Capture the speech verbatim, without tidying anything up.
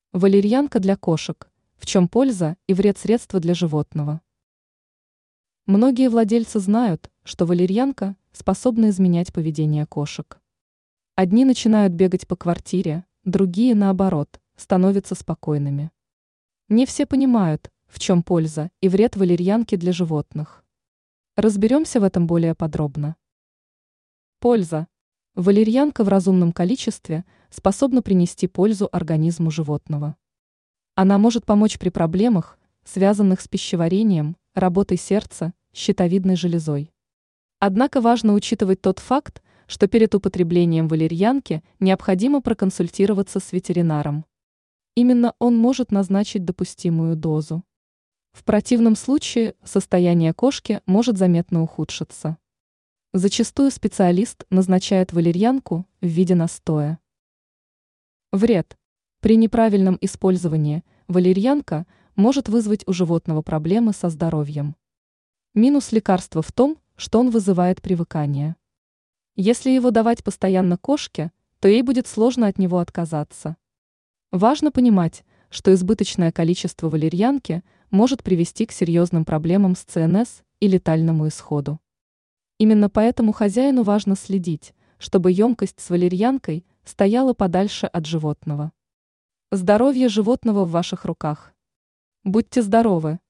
Валерьянка для кошек. В чем польза и вред средства для животного? Многие владельцы знают, что валерьянка способна изменять поведение кошек. Одни начинают бегать по квартире, другие, наоборот, становятся спокойными. Не все понимают, в чем польза и вред валерьянки для животных. Разберемся в этом более подробно. Польза. Валерьянка в разумном количестве способна принести пользу организму животного. Она может помочь при проблемах, связанных с пищеварением, работой сердца, щитовидной железой. Однако важно учитывать тот факт, что перед употреблением валерьянки необходимо проконсультироваться с ветеринаром. Именно он может назначить допустимую дозу. В противном случае состояние кошки может заметно ухудшиться. Зачастую специалист назначает валерьянку в виде настоя. Вред. При неправильном использовании валерьянка может вызвать у животного проблемы со здоровьем. Минус лекарства в том, что он вызывает привыкание. Если его давать постоянно кошке, то ей будет сложно от него отказаться. Важно понимать, что избыточное количество валерьянки может привести к серьезным проблемам с ЦНС и летальному исходу. Именно поэтому хозяину важно следить, чтобы емкость с валерьянкой стояла подальше от животного. Здоровье животного в ваших руках. Будьте здоровы!